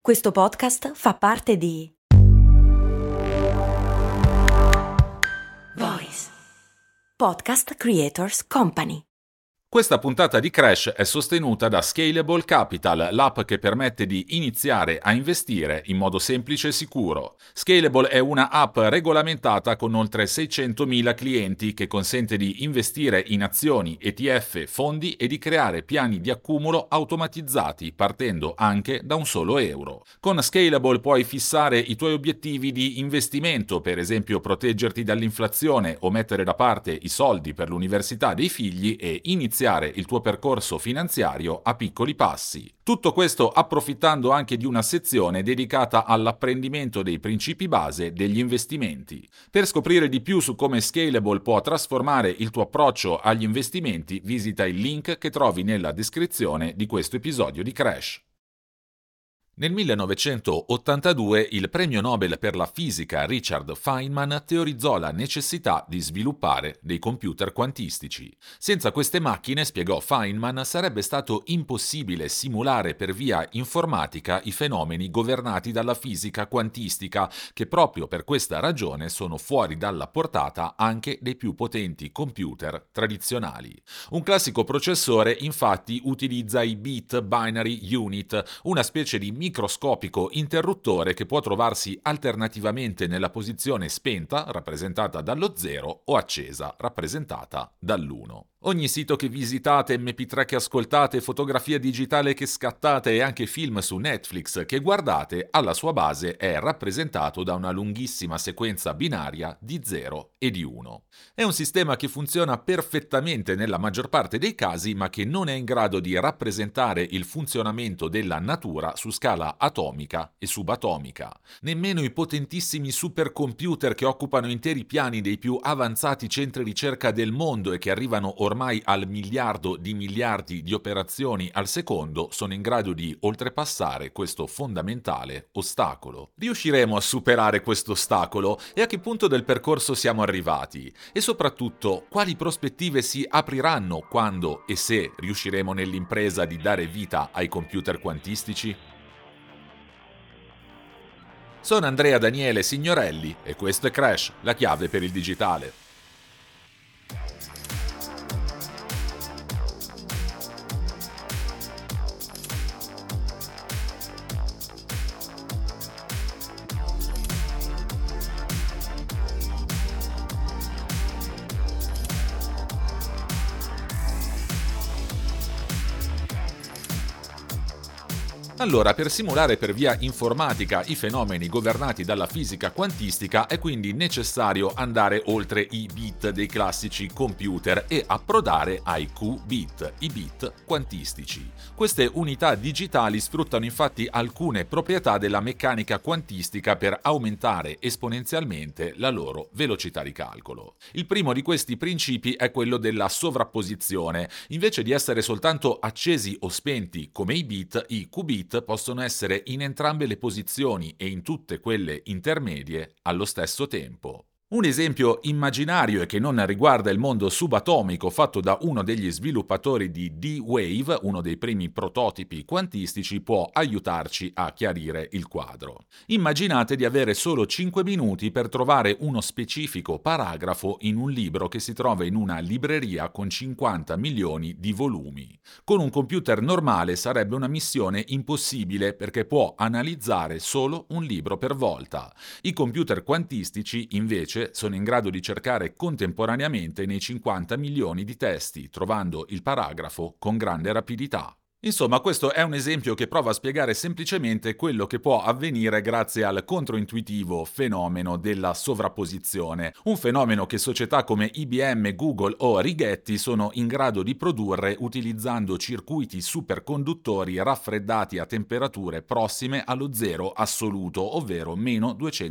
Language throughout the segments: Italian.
Questo podcast fa parte di Voice Podcast Creators Company. Questa puntata di Crash è sostenuta da Scalable Capital, l'app che permette di iniziare a investire in modo semplice e sicuro. Scalable è una app regolamentata con oltre 600.000 clienti che consente di investire in azioni, ETF, fondi e di creare piani di accumulo automatizzati partendo anche da un solo euro. Con Scalable puoi fissare i tuoi obiettivi di investimento, per esempio proteggerti dall'inflazione o mettere da parte i soldi per l'università dei figli e iniziare il tuo percorso finanziario a piccoli passi. Tutto questo approfittando anche di una sezione dedicata all'apprendimento dei principi base degli investimenti. Per scoprire di più su come Scalable può trasformare il tuo approccio agli investimenti, visita il link che trovi nella descrizione di questo episodio di Crash. Nel 1982 il premio Nobel per la fisica Richard Feynman teorizzò la necessità di sviluppare dei computer quantistici. Senza queste macchine, spiegò Feynman, sarebbe stato impossibile simulare per via informatica i fenomeni governati dalla fisica quantistica, che proprio per questa ragione sono fuori dalla portata anche dei più potenti computer tradizionali. Un classico processore, infatti, utilizza i bit binary unit, una specie di microscopico interruttore che può trovarsi alternativamente nella posizione spenta, rappresentata dallo 0, o accesa, rappresentata dall'1. Ogni sito che visitate, MP3 che ascoltate, fotografia digitale che scattate e anche film su Netflix che guardate, alla sua base è rappresentato da una lunghissima sequenza binaria di 0 e di 1. È un sistema che funziona perfettamente nella maggior parte dei casi, ma che non è in grado di rappresentare il funzionamento della natura su scala atomica e subatomica. Nemmeno i potentissimi supercomputer che occupano interi piani dei più avanzati centri ricerca del mondo e che arrivano ormai al miliardo di miliardi di operazioni al secondo sono in grado di oltrepassare questo fondamentale ostacolo. Riusciremo a superare questo ostacolo e a che punto del percorso siamo arrivati? E soprattutto, quali prospettive si apriranno quando e se riusciremo nell'impresa di dare vita ai computer quantistici? Sono Andrea Daniele Signorelli e questo è Crash, la chiave per il digitale. Allora, per simulare per via informatica i fenomeni governati dalla fisica quantistica è quindi necessario andare oltre i bit dei classici computer e approdare ai qubit, i bit quantistici. Queste unità digitali sfruttano infatti alcune proprietà della meccanica quantistica per aumentare esponenzialmente la loro velocità di calcolo. Il primo di questi principi è quello della sovrapposizione. Invece di essere soltanto accesi o spenti come i bit, i qubit possono essere in entrambe le posizioni e in tutte quelle intermedie allo stesso tempo. Un esempio immaginario e che non riguarda il mondo subatomico fatto da uno degli sviluppatori di D-Wave, uno dei primi prototipi quantistici, può aiutarci a chiarire il quadro. Immaginate di avere solo 5 minuti per trovare uno specifico paragrafo in un libro che si trova in una libreria con 50 milioni di volumi. Con un computer normale sarebbe una missione impossibile perché può analizzare solo un libro per volta. I computer quantistici, invece, sono in grado di cercare contemporaneamente nei 50 milioni di testi, trovando il paragrafo con grande rapidità. Insomma, questo è un esempio che prova a spiegare semplicemente quello che può avvenire grazie al controintuitivo fenomeno della sovrapposizione, un fenomeno che società come IBM, Google o Rigetti sono in grado di produrre utilizzando circuiti superconduttori raffreddati a temperature prossime allo zero assoluto, ovvero meno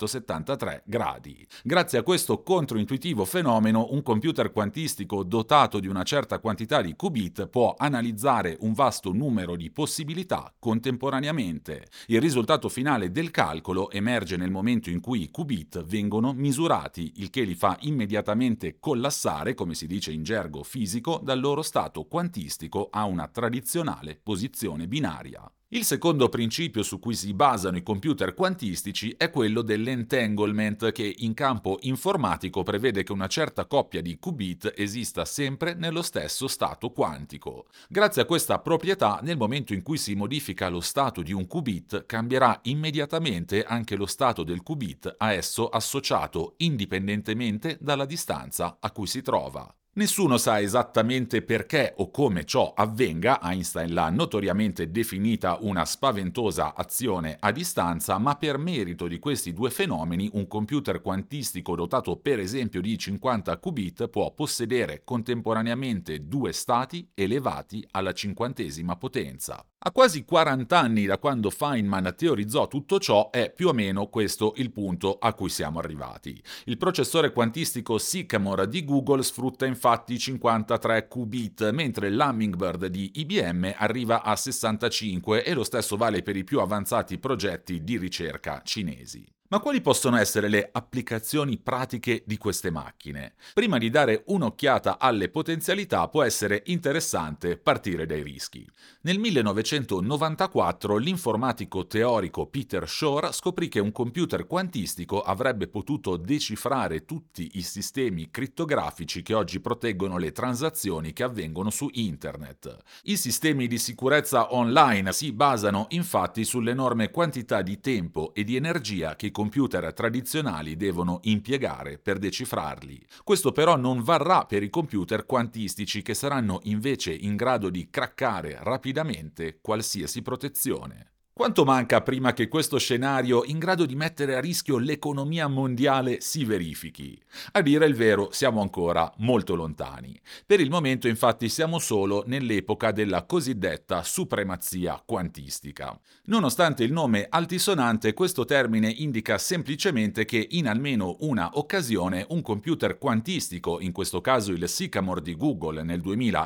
273 gradi. Grazie a questo controintuitivo fenomeno, un computer quantistico dotato di una certa quantità di qubit può analizzare un vasto numero di possibilità contemporaneamente. Il risultato finale del calcolo emerge nel momento in cui i qubit vengono misurati, il che li fa immediatamente collassare, come si dice in gergo fisico, dal loro stato quantistico a una tradizionale posizione binaria. Il secondo principio su cui si basano i computer quantistici è quello dell'entanglement, che in campo informatico prevede che una certa coppia di qubit esista sempre nello stesso stato quantico. Grazie a questa proprietà, nel momento in cui si modifica lo stato di un qubit, cambierà immediatamente anche lo stato del qubit a esso associato, indipendentemente dalla distanza a cui si trova. Nessuno sa esattamente perché o come ciò avvenga, Einstein l'ha notoriamente definita una spaventosa azione a distanza, ma per merito di questi due fenomeni un computer quantistico dotato per esempio di 50 qubit può possedere contemporaneamente due stati elevati alla 50ª potenza. A quasi 40 anni da quando Feynman teorizzò tutto ciò è più o meno questo il punto a cui siamo arrivati. Il processore quantistico Sycamore di Google sfrutta infatti 53 qubit, mentre l'Hummingbird di IBM arriva a 65 e lo stesso vale per i più avanzati progetti di ricerca cinesi. Ma quali possono essere le applicazioni pratiche di queste macchine? Prima di dare un'occhiata alle potenzialità può essere interessante partire dai rischi. Nel 1994 l'informatico teorico Peter Shor scoprì che un computer quantistico avrebbe potuto decifrare tutti i sistemi crittografici che oggi proteggono le transazioni che avvengono su Internet. I sistemi di sicurezza online si basano infatti sull'enorme quantità di tempo e di energia che i computer tradizionali devono impiegare per decifrarli. Questo però non varrà per i computer quantistici, che saranno invece in grado di craccare rapidamente qualsiasi protezione. Quanto manca prima che questo scenario, in grado di mettere a rischio l'economia mondiale, si verifichi? A dire il vero, siamo ancora molto lontani. Per il momento, infatti, siamo solo nell'epoca della cosiddetta supremazia quantistica. Nonostante il nome altisonante, questo termine indica semplicemente che in almeno una occasione un computer quantistico, in questo caso il Sycamore di Google nel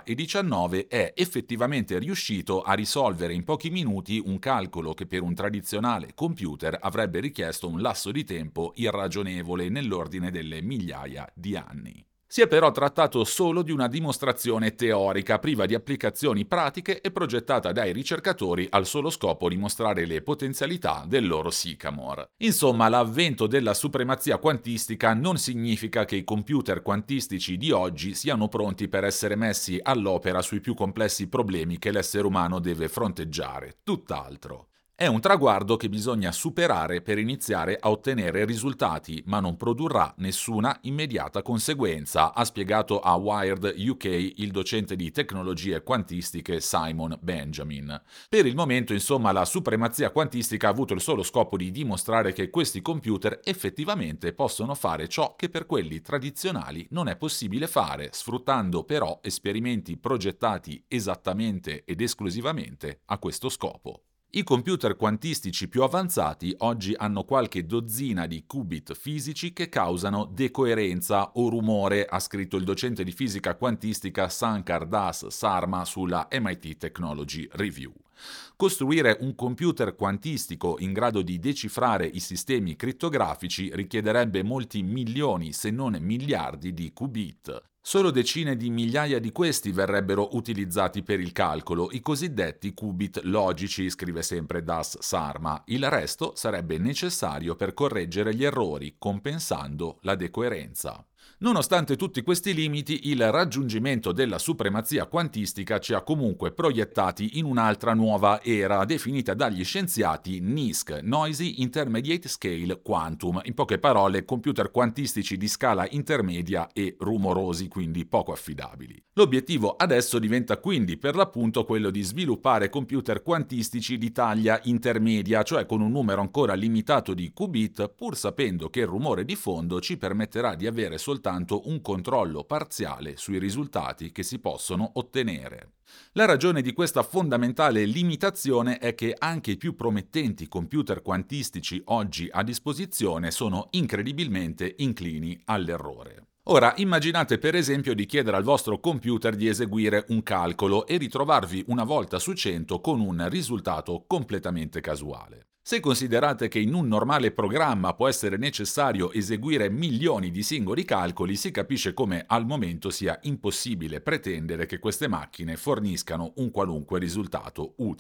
2019, è effettivamente riuscito a risolvere in pochi minuti un calcolo che per un tradizionale computer avrebbe richiesto un lasso di tempo irragionevole nell'ordine delle migliaia di anni. Si è però trattato solo di una dimostrazione teorica, priva di applicazioni pratiche e progettata dai ricercatori al solo scopo di mostrare le potenzialità del loro Sycamore. Insomma, l'avvento della supremazia quantistica non significa che i computer quantistici di oggi siano pronti per essere messi all'opera sui più complessi problemi che l'essere umano deve fronteggiare, tutt'altro. È un traguardo che bisogna superare per iniziare a ottenere risultati, ma non produrrà nessuna immediata conseguenza, ha spiegato a Wired UK il docente di tecnologie quantistiche Simon Benjamin. Per il momento, insomma, la supremazia quantistica ha avuto il solo scopo di dimostrare che questi computer effettivamente possono fare ciò che per quelli tradizionali non è possibile fare, sfruttando però esperimenti progettati esattamente ed esclusivamente a questo scopo. I computer quantistici più avanzati oggi hanno qualche dozzina di qubit fisici che causano decoerenza o rumore, ha scritto il docente di fisica quantistica Sankar Das Sarma sulla MIT Technology Review. Costruire un computer quantistico in grado di decifrare i sistemi crittografici richiederebbe molti milioni, se non miliardi, di qubit. Solo decine di migliaia di questi verrebbero utilizzati per il calcolo, i cosiddetti qubit logici, scrive sempre Das Sarma. Il resto sarebbe necessario per correggere gli errori, compensando la decoerenza. Nonostante tutti questi limiti, il raggiungimento della supremazia quantistica ci ha comunque proiettati in un'altra nuova era, definita dagli scienziati NISQ, Noisy Intermediate Scale Quantum, in poche parole computer quantistici di scala intermedia e rumorosi, quindi poco affidabili. L'obiettivo adesso diventa quindi per l'appunto quello di sviluppare computer quantistici di taglia intermedia, cioè con un numero ancora limitato di qubit, pur sapendo che il rumore di fondo ci permetterà di avere soltanto un controllo parziale sui risultati che si possono ottenere. La ragione di questa fondamentale limitazione è che anche i più promettenti computer quantistici oggi a disposizione sono incredibilmente inclini all'errore. Ora, immaginate per esempio di chiedere al vostro computer di eseguire un calcolo e ritrovarvi una volta su 100 con un risultato completamente casuale. Se considerate che in un normale programma può essere necessario eseguire milioni di singoli calcoli, si capisce come al momento sia impossibile pretendere che queste macchine forniscano un qualunque risultato utile.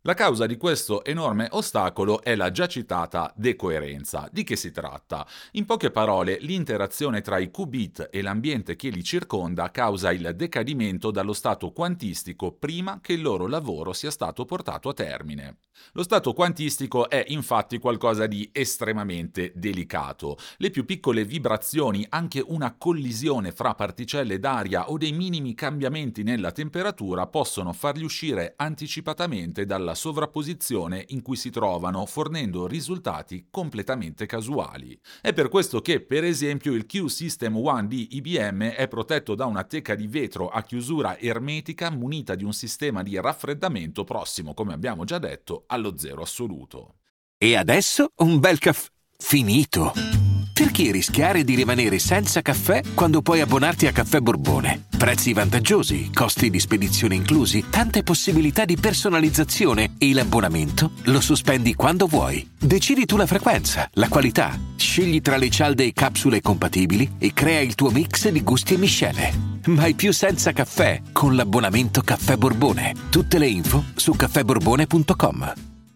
La causa di questo enorme ostacolo è la già citata decoerenza. Di che si tratta? In poche parole, l'interazione tra i qubit e l'ambiente che li circonda causa il decadimento dallo stato quantistico prima che il loro lavoro sia stato portato a termine. Lo stato quantistico è infatti qualcosa di estremamente delicato. Le più piccole vibrazioni, anche una collisione fra particelle d'aria o dei minimi cambiamenti nella temperatura possono farli uscire anticipatamente dalla sovrapposizione in cui si trovano, fornendo risultati completamente casuali. È per questo che, per esempio, il Q-System One di IBM è protetto da una teca di vetro a chiusura ermetica munita di un sistema di raffreddamento prossimo, come abbiamo già detto, allo zero assoluto. E adesso un bel caffè finito. Perché rischiare di rimanere senza caffè quando puoi abbonarti a Caffè Borbone? Prezzi vantaggiosi, costi di spedizione inclusi, tante possibilità di personalizzazione e l'abbonamento lo sospendi quando vuoi. Decidi tu la frequenza, la qualità, scegli tra le cialde e capsule compatibili e crea il tuo mix di gusti e miscele. Mai più senza caffè con l'abbonamento Caffè Borbone. Tutte le info su caffèborbone.com.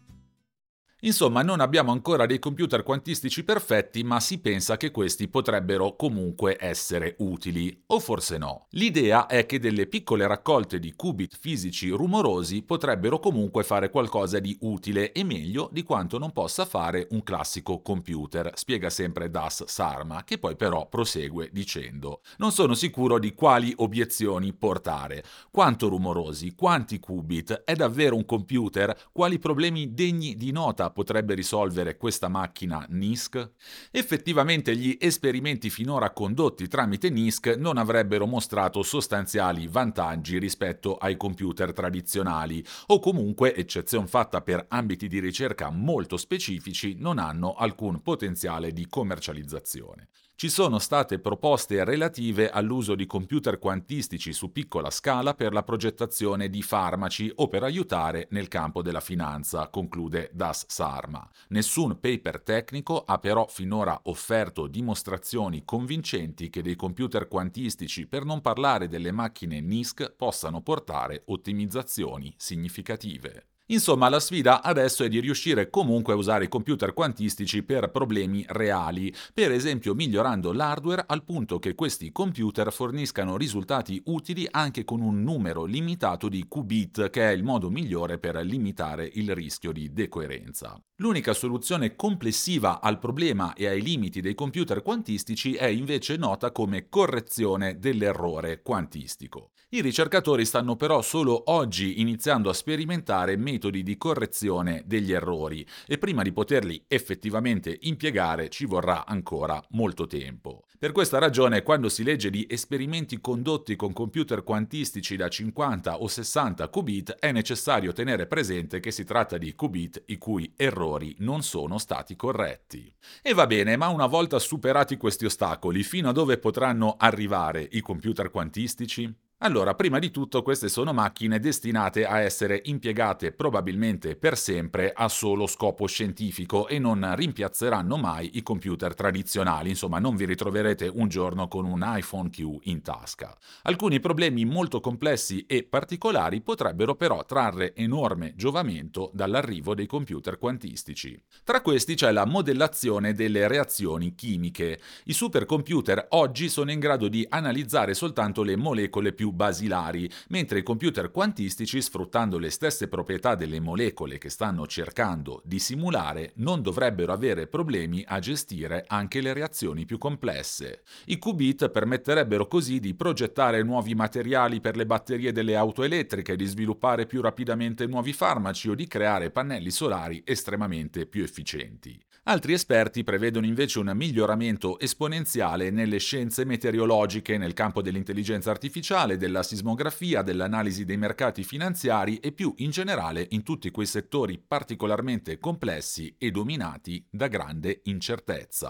Insomma, non abbiamo ancora dei computer quantistici perfetti, ma si pensa che questi potrebbero comunque essere utili, o forse no. L'idea è che delle piccole raccolte di qubit fisici rumorosi potrebbero comunque fare qualcosa di utile e meglio di quanto non possa fare un classico computer, spiega sempre Das Sarma, che poi però prosegue dicendo: non sono sicuro di quali obiezioni portare. Quanto rumorosi? Quanti qubit? È davvero un computer? Quali problemi degni di nota potrebbe risolvere questa macchina NISQ? Effettivamente gli esperimenti finora condotti tramite NISQ non avrebbero mostrato sostanziali vantaggi rispetto ai computer tradizionali, o comunque, eccezion fatta per ambiti di ricerca molto specifici, non hanno alcun potenziale di commercializzazione. Ci sono state proposte relative all'uso di computer quantistici su piccola scala per la progettazione di farmaci o per aiutare nel campo della finanza, conclude Das Sarma. Nessun paper tecnico ha però finora offerto dimostrazioni convincenti che dei computer quantistici, per non parlare delle macchine NISQ, possano portare ottimizzazioni significative. Insomma, la sfida adesso è di riuscire comunque a usare i computer quantistici per problemi reali, per esempio migliorando l'hardware al punto che questi computer forniscano risultati utili anche con un numero limitato di qubit, che è il modo migliore per limitare il rischio di decoerenza. L'unica soluzione complessiva al problema e ai limiti dei computer quantistici è invece nota come correzione dell'errore quantistico. I ricercatori stanno però solo oggi iniziando a sperimentare metodi di correzione degli errori e prima di poterli effettivamente impiegare ci vorrà ancora molto tempo. Per questa ragione, quando si legge di esperimenti condotti con computer quantistici da 50 o 60 qubit, è necessario tenere presente che si tratta di qubit i cui errori non sono stati corretti. E va bene, ma una volta superati questi ostacoli, fino a dove potranno arrivare i computer quantistici? Allora, prima di tutto, queste sono macchine destinate a essere impiegate probabilmente per sempre a solo scopo scientifico e non rimpiazzeranno mai i computer tradizionali, insomma non vi ritroverete un giorno con un iPhone Q in tasca. Alcuni problemi molto complessi e particolari potrebbero però trarre enorme giovamento dall'arrivo dei computer quantistici. Tra questi c'è la modellazione delle reazioni chimiche. I supercomputer oggi sono in grado di analizzare soltanto le molecole più basilari, mentre i computer quantistici, sfruttando le stesse proprietà delle molecole che stanno cercando di simulare, non dovrebbero avere problemi a gestire anche le reazioni più complesse. I qubit permetterebbero così di progettare nuovi materiali per le batterie delle auto elettriche, di sviluppare più rapidamente nuovi farmaci o di creare pannelli solari estremamente più efficienti. Altri esperti prevedono invece un miglioramento esponenziale nelle scienze meteorologiche, nel campo dell'intelligenza artificiale, della sismografia, dell'analisi dei mercati finanziari e più in generale in tutti quei settori particolarmente complessi e dominati da grande incertezza.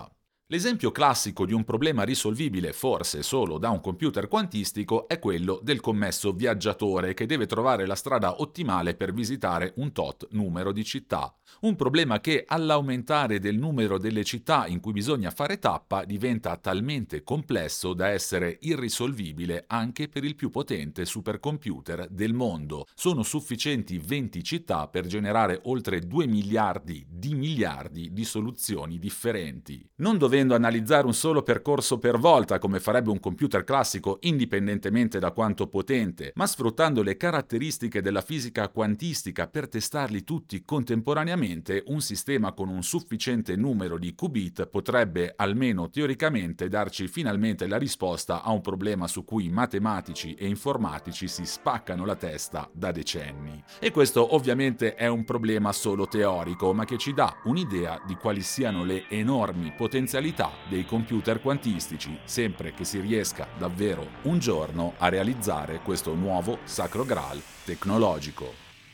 L'esempio classico di un problema risolvibile forse solo da un computer quantistico è quello del commesso viaggiatore che deve trovare la strada ottimale per visitare un tot numero di città. Un problema che, all'aumentare del numero delle città in cui bisogna fare tappa, diventa talmente complesso da essere irrisolvibile anche per il più potente supercomputer del mondo. Sono sufficienti 20 città per generare oltre 2 miliardi di soluzioni differenti. Non dovendo analizzare un solo percorso per volta come farebbe un computer classico indipendentemente da quanto potente, ma sfruttando le caratteristiche della fisica quantistica per testarli tutti contemporaneamente, un sistema con un sufficiente numero di qubit potrebbe, almeno teoricamente, darci finalmente la risposta a un problema su cui matematici e informatici si spaccano la testa da decenni. E questo ovviamente è un problema solo teorico, ma che ci dà un'idea di quali siano le enormi potenzialità dei computer quantistici, sempre che si riesca davvero un giorno a realizzare questo nuovo sacro graal tecnologico.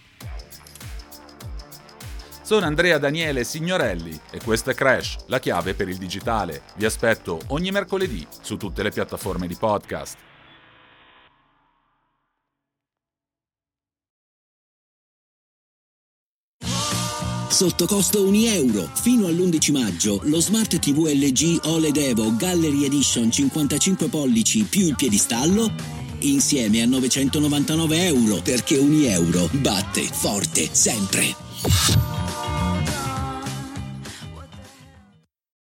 Sono Andrea Daniele Signorelli e questo è Crash, la chiave per il digitale. Vi aspetto ogni mercoledì su tutte le piattaforme di podcast. Sotto costo €1. Fino all'11 maggio lo Smart TV LG OLED Evo Gallery Edition 55 pollici più il piedistallo insieme a €999, perché €1 batte forte sempre.